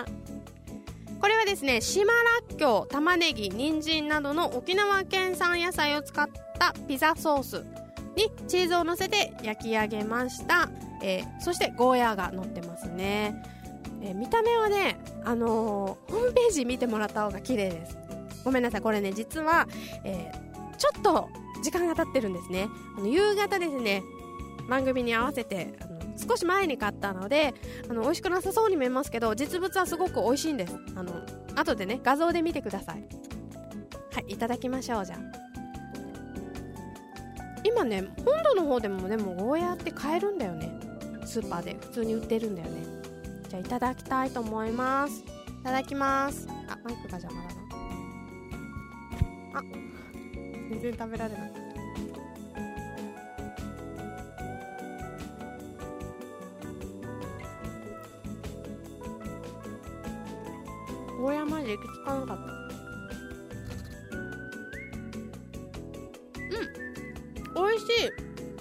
これはですね、島らっきょう、玉ねぎ、人参などの沖縄県産野菜を使ったピザソースにチーズを乗せて焼き上げました。えー、そしてゴーヤーが乗ってますね。えー、見た目はね、あのー、ホームページ見てもらった方が綺麗です。ごめんなさい、これね実は、えー、ちょっと時間が経ってるんですね。あの夕方ですね、番組に合わせてあの少し前に買ったので、あの美味しくなさそうに見えますけど、実物はすごく美味しいんです。あの後でね画像で見てください。はい、いただきましょう。じゃあ今ね本土の方でもでもゴーヤーって買えるんだよね。スーパーで普通に売ってるんだよね。じゃあいただきたいと思います。いただきます。あ、マイクが邪魔だな。あ、全然食べられない。ゴーヤーマジで行き着かなかった。うん、美味しい。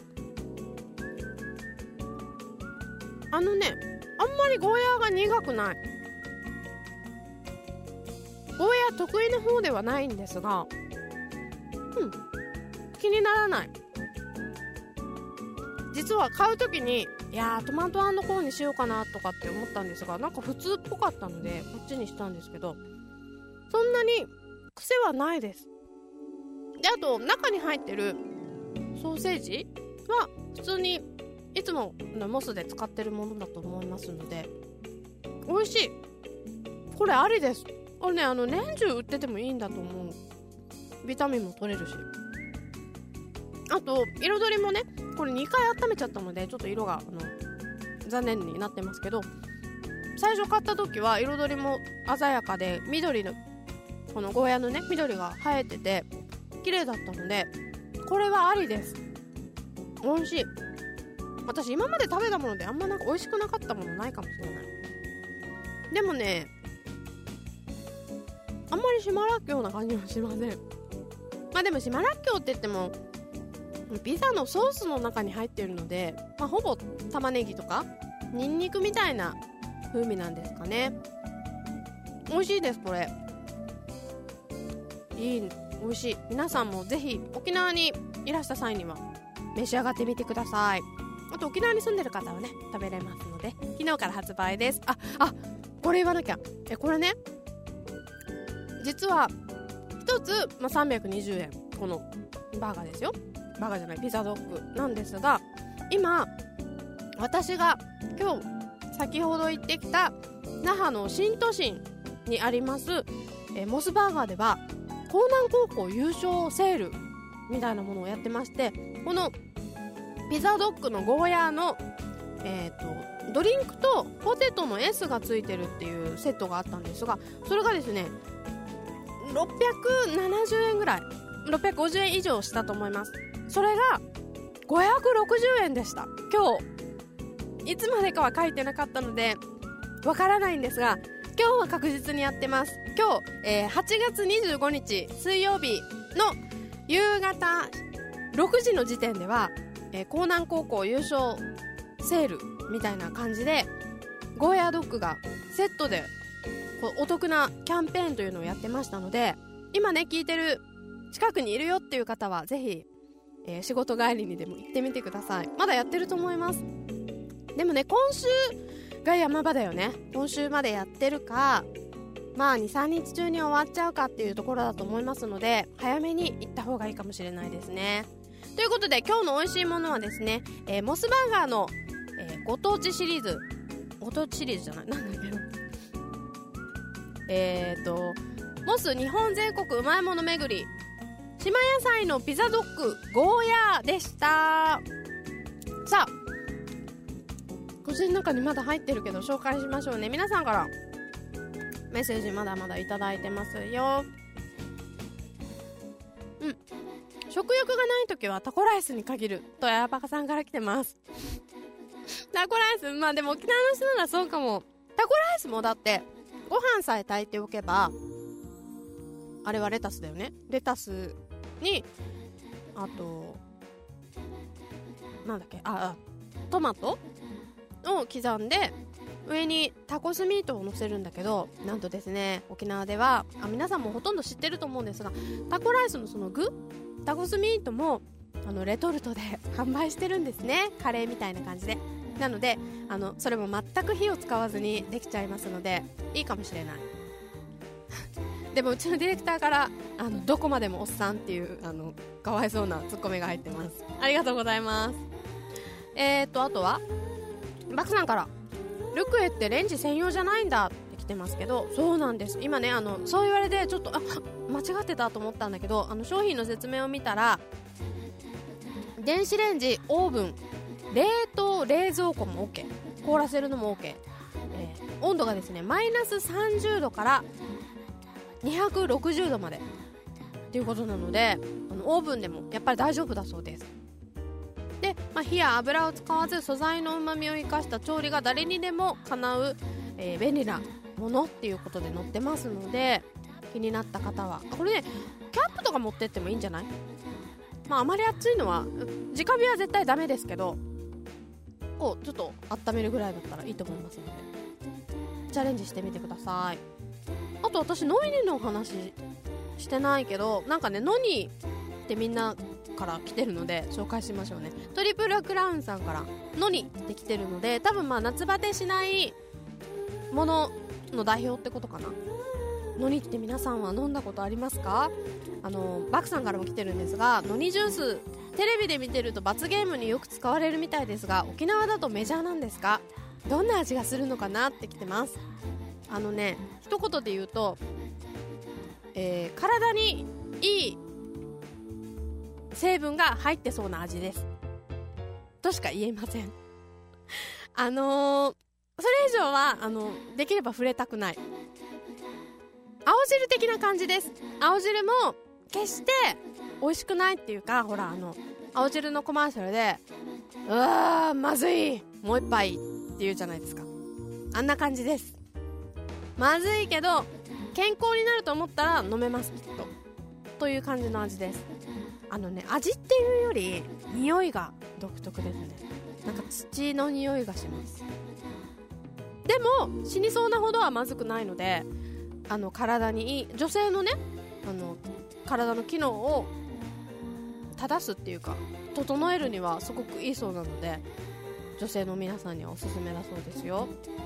あのね、あんまりゴーヤーが苦くない。ゴーヤー得意な方ではないんですが、うん、気にならない。実は買うときにいやートマト&コーンにしようかなとかって思ったんですが、なんか普通っぽかったのでこっちにしたんですけど、そんなに癖はないです。で、あと中に入ってるソーセージは普通にいつものモスで使ってるものだと思いますので美味しい。これありです。これね、あの年中売っててもいいんだと思う。ビタミンも取れるし、あと彩りもね、これにかい温めちゃったのでちょっと色があの残念になってますけど、最初買った時は彩りも鮮やかで緑のこのゴーヤのね緑が生えてて綺麗だったのでこれはありです。美味しい。私今まで食べたものであんまなんか美味しくなかったものないかもしれない。でもね、あんまり島らっきょうな感じはしません。まあでも島らっきょうって言ってもピザのソースの中に入っているので、まあ、ほぼ玉ねぎとかニンニクみたいな風味なんですかね。美味しいです。これいい、美味しい。皆さんもぜひ沖縄にいらした際には召し上がってみてください。あと沖縄に住んでる方はね食べれますので、昨日から発売です。あ、あ、これ言わなきゃ。えこれね、実は一つ、まあ、さんびゃくにじゅうえん、このバーガーですよ。バーガーじゃない、ピザドッグなんですが、今私が今日先ほど行ってきた那覇の新都心にあります、えー、モスバーガーでは江南高校優勝セールみたいなものをやってまして、このピザドッグのゴーヤーの、えー、とドリンクとポテトの S がついてるっていうセットがあったんですが、それがですねろっぴゃくななじゅうえんぐらい、ろっぴゃくごじゅうえん以上したと思います。それがごひゃくろくじゅうえんでした。今日いつまでかは書いてなかったのでわからないんですが、今日は確実にやってます。今日、えー、はちがつにじゅうごにち水曜日の夕方ろくじの時点では、えー、江南高校優勝セールみたいな感じでゴーヤードッグがセットでこうお得なキャンペーンというのをやってましたので、今ね聞いてる近くにいるよっていう方はぜひ、えー、仕事帰りにでも行ってみてください。まだやってると思います。でもね、今週が山場だよね。今週までやってるか、まあ にさんにち中に終わっちゃうかっていうところだと思いますので、早めに行った方がいいかもしれないですね。ということで今日の美味しいものはですね、えー、モスバーガーの、えー、ご当地シリーズご当地シリーズじゃないなんだっけなえーとモス日本全国うまいもの巡り島野菜のピザドッグゴーヤーでした。さあ口の中にまだ入ってるけど紹介しましょうね。皆さんからメッセージまだまだいただいてますよ。うん、食欲がないときはタコライスに限るとやばかさんから来てます。タコライス、まあでも沖縄の人ならそうかも。タコライスもだってご飯さえ炊いておけば、あれはレタスだよね。レタスにあとなんだっけ、ああトマトを刻んで上にタコスミートを乗せるんだけど、なんとですね沖縄ではあ皆さんもほとんど知ってると思うんですが、タコライスのその具タコスミートもあのレトルトで販売してるんですね。カレーみたいな感じで。なのであのそれも全く火を使わずにできちゃいますのでいいかもしれないでもうちのディレクターからあのどこまでもおっさんっていうあのかわいそうなツッコミが入ってます。ありがとうございます。えーとあとはバクさんからルクエってレンジ専用じゃないんだって来てますけど、そうなんです。今ねあのそう言われてちょっとあ間違ってたと思ったんだけど、あの商品の説明を見たら電子レンジ、オーブン、冷凍冷蔵庫も OK、 凍らせるのも OK、えー、温度がですねマイナスさんじゅうどからにひゃくろくじゅうどまでっていうことなので、あのオーブンでもやっぱり大丈夫だそうです。で、まあ、火や油を使わず素材の旨味を生かした調理が誰にでもかなう、えー、便利なものっていうことで載ってますので、気になった方はこれねキャンプとか持ってってもいいんじゃない？まああまり暑いのは直火は絶対ダメですけど、こうちょっと温めるぐらいだったらいいと思いますのでチャレンジしてみてください。あと私ノニのお話してないけど、なんかねノニってみんなから来てるので紹介しましょうね。トリプルクラウンさんからノニって来てるので、多分まあ夏バテしないものの代表ってことかな。ノニって皆さんは飲んだことありますか？あのバクさんからも来てるんですが、ノニジューステレビで見てると罰ゲームによく使われるみたいですが、沖縄だとメジャーなんですか？どんな味がするのかなって来てます。あのね一言で言うと、えー、体にいい成分が入ってそうな味ですとしか言えませんあのー、それ以上はあのできれば触れたくない。青汁的な感じです。青汁も決して美味しくないっていうか、ほらあの青汁のコマーシャルでうわーまずいもう一杯って言うじゃないですか。あんな感じです。まずいけど健康になると思ったら飲めますきっとという感じの味です。あのね味っていうより匂いが独特ですね。なんか土の匂いがします。でも死にそうなほどはまずくないので、あの体にいい女性のねあの体の機能を正すっていうか整えるにはすごくいいそうなので、女性の皆さんにはおすすめだそうですよ。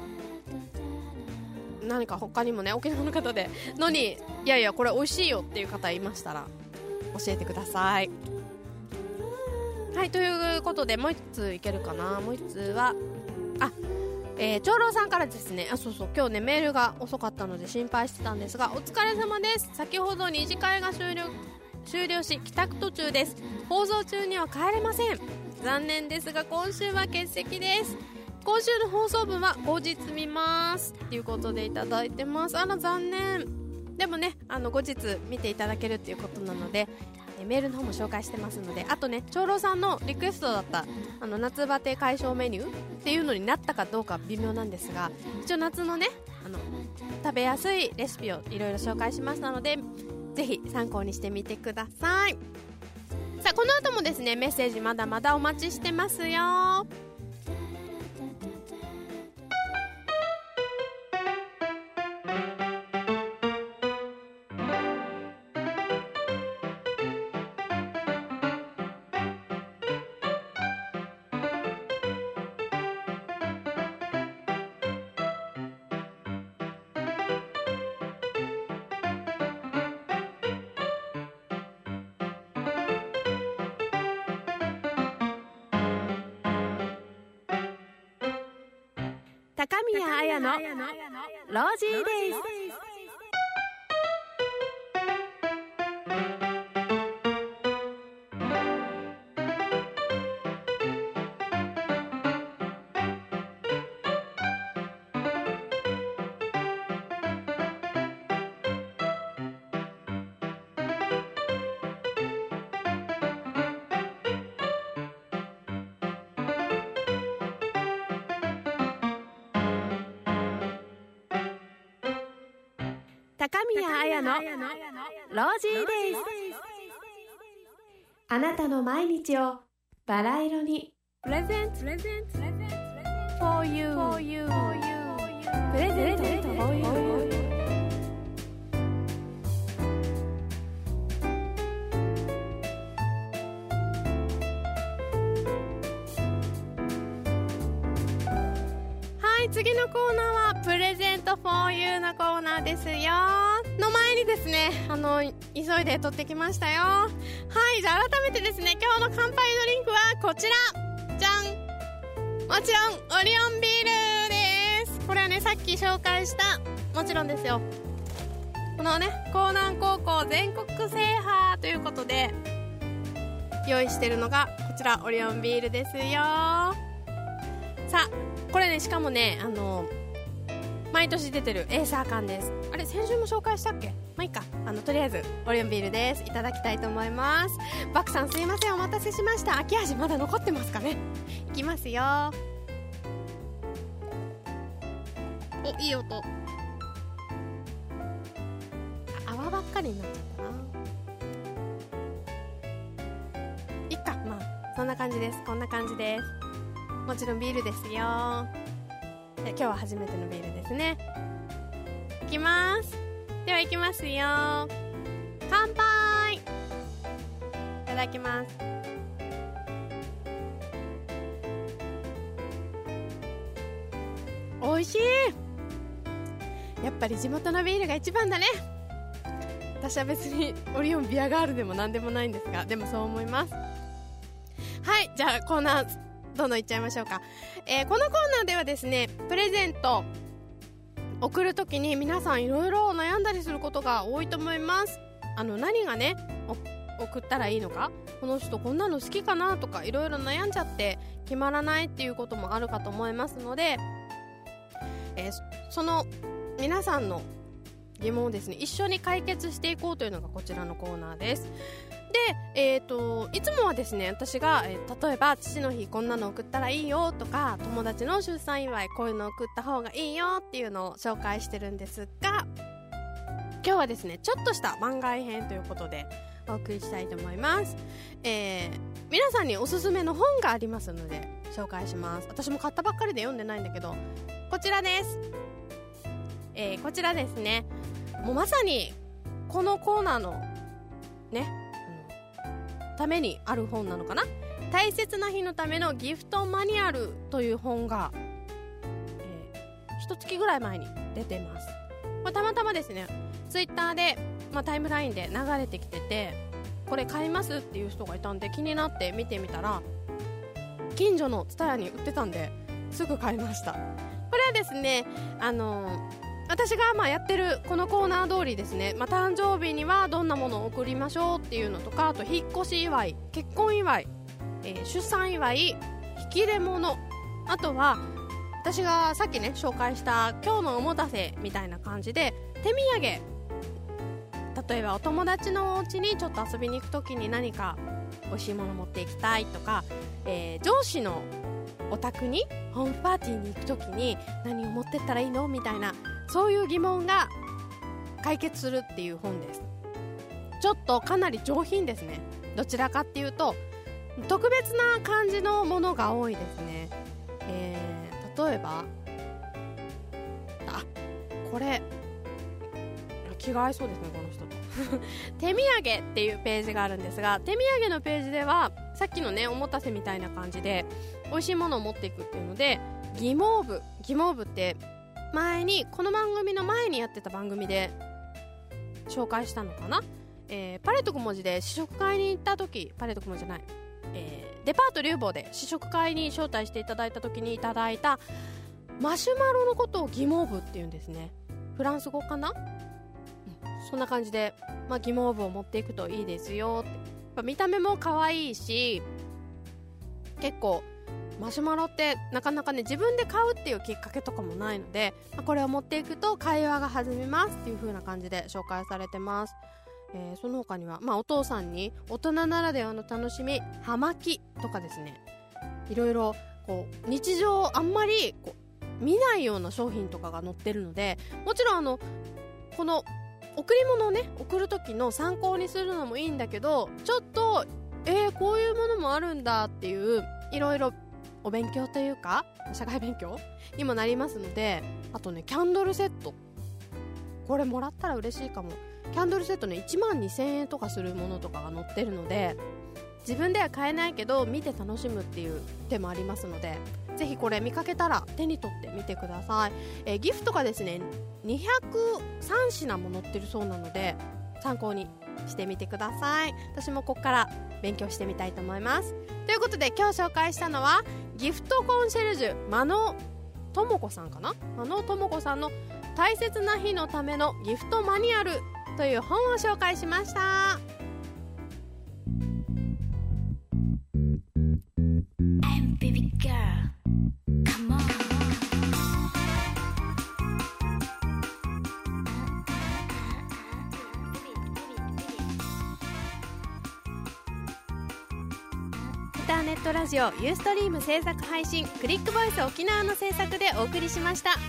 何か他にもね沖縄の方でのにいやいやこれ美味しいよっていう方いましたら教えてください。はい、ということでもう一ついけるかな。もう一つはあえー、長老さんからですね。あ、そうそう、今日ねメールが遅かったので心配してたんですが、お疲れ様です。先ほど二次会が終了終了し帰宅途中です。放送中には帰れません。残念ですが今週は欠席です。今週の放送分は後日見ますっていうことでいただいてます。あら残念。でもねあの後日見ていただけるっていうことなので、えメールの方も紹介してますので、あとね長老さんのリクエストだったあの夏バテ解消メニューっていうのになったかどうか微妙なんですが、一応夏のねあの食べやすいレシピをいろいろ紹介しましたので、ぜひ参考にしてみてください。さあこの後もですねメッセージまだまだお待ちしてますよ。高宮彩のロージーデイズ。高宮彩のロージーデイズ。あなたの毎日をバラ色にプレゼント for you プレゼント for you。次のコーナーはプレゼント for you のコーナーですよ。の前にですねあの急いで取ってきましたよ。はい、じゃあ改めてですね今日の乾杯ドリンクはこちらじゃん。もちろんオリオンビールです。これはねさっき紹介したもちろんですよこのね江南高校全国制覇ということで用意してるのがこちらオリオンビールですよ。さあこれね、しかもね、あの毎年出てるエーサー缶です。あれ先週も紹介したっけ。まあいいか、あのとりあえずオリオンビールです。いただきたいと思います。バクさんすいません、お待たせしました。秋味まだ残ってますかね。いきますよ。お、いい音。泡ばっかりになっちゃったな。いっか、まあそんな感じです。こんな感じです。もちろんビールですよ。今日は初めてのビールですね。いきます。ではいきますよ。乾杯。いただきます。おいしい。やっぱり地元のビールが一番だね。私は別にオリオンビアガールでも何でもないんですが、でもそう思います。はい、じゃあコーナーどんどんいっちゃいましょうか。えー、このコーナーではですね、プレゼント送るときに皆さんいろいろ悩んだりすることが多いと思います。あの何がね送ったらいいのか、この人こんなの好きかなとかいろいろ悩んじゃって決まらないっていうこともあるかと思いますので、えー、その皆さんの疑問をですね一緒に解決していこうというのがこちらのコーナーです。で、えーと、いつもはですね私が、えー、例えば父の日こんなの送ったらいいよとか、友達の出産祝いこういうの送った方がいいよっていうのを紹介してるんですが、今日はですねちょっとした番外編ということでお送りしたいと思います。えー、皆さんにおすすめの本がありますので紹介します。私も買ったばっかりで読んでないんだけど、こちらです。えー、こちらですね、もうまさにこのコーナーのねためにある本なのかな。大切な日のためのギフトマニュアルという本が、えー、一月ぐらい前に出てます。まあ、たまたまですねツイッターで、まあ、タイムラインで流れてきてて、これ買いますっていう人がいたんで気になって見てみたら近所のTSUTAYAに売ってたんですぐ買いました。これはですね、あのー私がまあやってるこのコーナー通りですね、まあ、誕生日にはどんなものを贈りましょうっていうのとか、あと引っ越し祝い、結婚祝い、えー、出産祝い、引き入れ物、あとは私がさっきね紹介した今日のおもたせみたいな感じで手土産、例えばお友達のお家にちょっと遊びに行くときに何か美味しいもの持っていきたいとか、えー、上司のお宅にホームパーティーに行くときに何を持ってったらいいのみたいな、そういう疑問が解決するっていう本です。ちょっとかなり上品ですね。どちらかっていうと特別な感じのものが多いですね。えー、例えばあ、これ気が合いそうですねこの人と手土産っていうページがあるんですが、手土産のページではさっきのねおもたせみたいな感じで美味しいものを持っていくっていうので、ギモーブギモーブって前にこの番組の前にやってた番組で紹介したのかな、えー、パレット小文字で試食会に行った時、パレット小文字じゃない、えー、デパートリューボーで試食会に招待していただいた時にいただいたマシュマロのことをギモーブっていうんですね。フランス語かな、うん、そんな感じで、まあ、ギモーブを持っていくといいですよって。やっぱ見た目も可愛いし、結構マシュマロってなかなかね自分で買うっていうきっかけとかもないので、まあ、これを持っていくと会話が弾みますっていう風な感じで紹介されてます。えー、その他には、まあ、お父さんに大人ならではの楽しみ葉巻とかですね、いろいろこう日常あんまりこう見ないような商品とかが載ってるので、もちろんあのこの贈り物をね贈る時の参考にするのもいいんだけど、ちょっとえー、こういうものもあるんだっていういろいろお勉強というか社会勉強にもなりますので、あとねキャンドルセット、これもらったら嬉しいかも。キャンドルセットねいちまんにせんえんとかするものとかが載ってるので、自分では買えないけど見て楽しむっていう手もありますので、ぜひこれ見かけたら手に取ってみてください。えー、ギフトがですねにひゃくさんしなも載ってるそうなので参考にしてみてください。私もここから勉強してみたいと思います。ということで今日紹介したのはギフトコンシェルジュ真野智子さんかな、真野智子さんの大切な日のためのギフトマニュアルという本を紹介しました。 Baby girl, come on. インターネットラジオユーストリーム制作配信クリックボイス沖縄の制作でお送りしました。はい、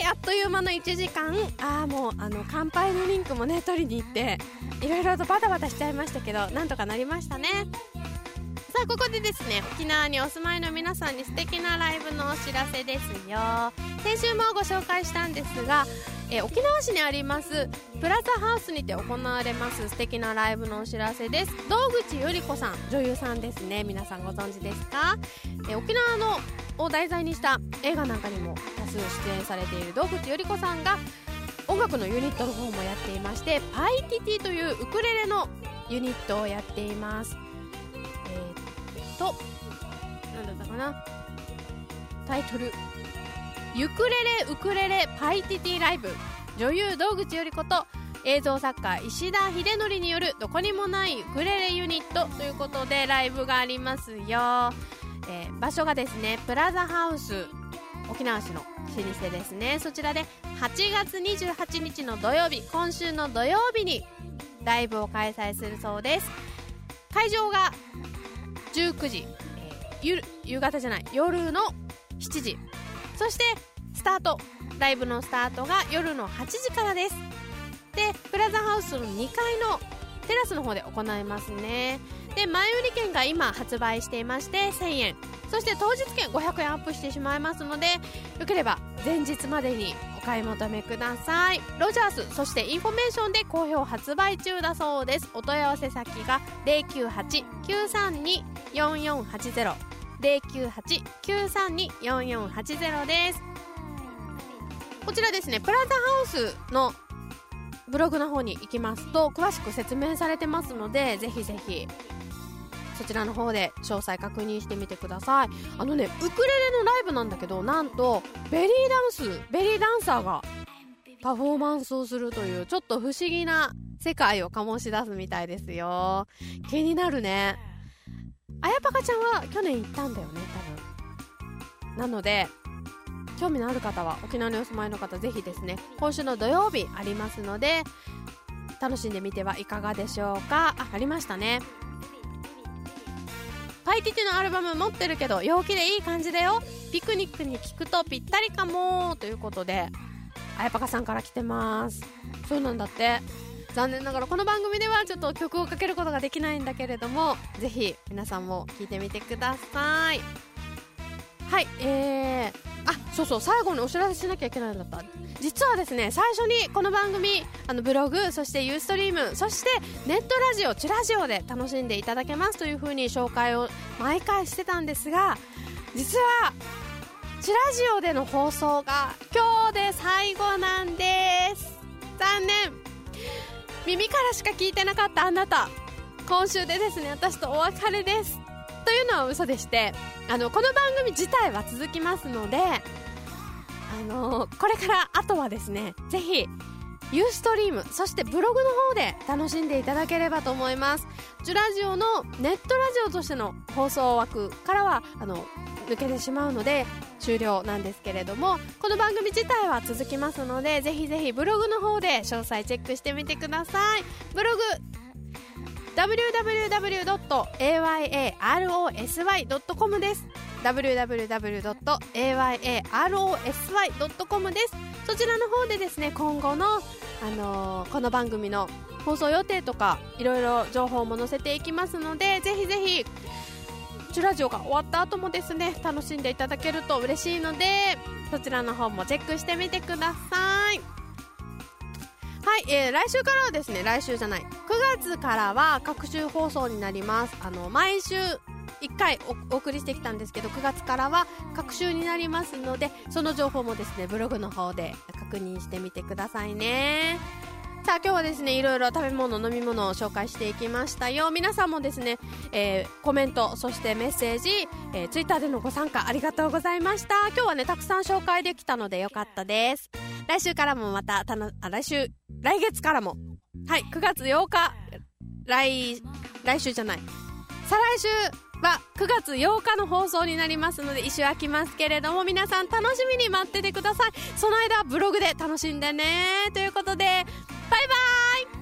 あっという間のいちじかん、あーもうあの乾杯のリンクもね取りに行っていろいろとバタバタしちゃいましたけど、なんとかなりましたね。さあここでですね、沖縄にお住まいの皆さんに素敵なライブのお知らせですよ。先週もご紹介したんですが、えー、沖縄市にありますプラザハウスにて行われます素敵なライブのお知らせです。堂口由里子さん、女優さんですね。皆さんご存知ですか？えー、沖縄のを題材にした映画なんかにも多数出演されている堂口由里子さんが音楽のユニットの方もやっていまして、パイティティというウクレレのユニットをやっています。えー、っとなんだったかな、タイトルユクレレウクレレパイティティライブ、女優堂口由里子と映像作家石田秀則によるどこにもないウクレレユニットということでライブがありますよ。えー、場所がですねプラザハウス沖縄市の老舗ですね。そちらではちがつにじゅうはちにちの土曜日、今週の土曜日にライブを開催するそうです。会場がじゅうくじ、えー、夕, 夕方じゃない夜のしちじ、そしてスタートライブのスタートが夜のはちじからです。でプラザハウスのにかいのテラスの方で行いますね。で前売り券が今発売していましてせんえん、そして当日券ごひゃくえんアップしてしまいますので、よければ前日までにお買い求めください。ロジャースそしてインフォメーションで好評発売中だそうです。お問い合わせ先が ゼロきゅうはち きゅうさんに よんよんはちゼロ ゼロきゅうはち きゅうさんに よんよんはちゼロ です。こちらですねプラザハウスのブログの方に行きますと詳しく説明されてますので、ぜひぜひそちらの方で詳細確認してみてください。あのねウクレレのライブなんだけど、なんとベリーダンスベリーダンサーがパフォーマンスをするというちょっと不思議な世界を醸し出すみたいですよ。気になるね。あやぱかちゃんは去年行ったんだよね多分。なので興味のある方は沖縄にお住まいの方ぜひですね今週の土曜日ありますので楽しんでみてはいかがでしょうか。 あ, ありましたね。パイティティのアルバム持ってるけど陽気でいい感じだよ、ピクニックに聴くとぴったりかもということであやぱかさんから来てます。そうなんだって。残念ながらこの番組ではちょっと曲をかけることができないんだけれども、ぜひ皆さんも聴いてみてください。はい、えー、あ、そうそう、最後にお知らせしなきゃいけないんだった。実はですね最初にこの番組あのブログ、そしてユーストリーム、そしてネットラジオチュラジオで楽しんでいただけますという風に紹介を毎回してたんですが、実はチュラジオでの放送が今日で最後なんです。残念。耳からしか聞いてなかったあなた、今週でですね私とお別れですというのは嘘でして、あのこの番組自体は続きますので、あのー、これからあとはですねぜひユーストリームそしてブログの方で楽しんでいただければと思います。チュラジオのネットラジオとしての放送枠からはあの抜けてしまうので終了なんですけれども、この番組自体は続きますのでぜひぜひブログの方で詳細チェックしてみてください。ブログダブリューダブリューダブリュードットエーワイエーアールオーエスワイドットコム です。 ダブリューダブリューダブリュードットエーワイエーアールオーエスワイドットコム です。そちらの方でですね今後の、あのー、この番組の放送予定とかいろいろ情報も載せていきますので、ぜひぜひチュラジオが終わった後もですね楽しんでいただけると嬉しいので、そちらの方もチェックしてみてください。はい、えー、来週からはですね来週じゃないくがつからは各週放送になります。あの毎週いっかい お, お送りしてきたんですけど、くがつからは各週になりますので、その情報もですねブログの方で確認してみてくださいね。さあ今日はですねいろいろ食べ物飲み物を紹介していきましたよ。皆さんもですね、えー、コメントそしてメッセージ、えー、ツイッターでのご参加ありがとうございました。今日はねたくさん紹介できたのでよかったです。来週からもまたたのあ来週来月からもはいくがつようか来来週じゃない再来週はくがつようかの放送になりますので、一週空きますけれども、皆さん楽しみに待っててください。その間ブログで楽しんでねということで、バイバーイ。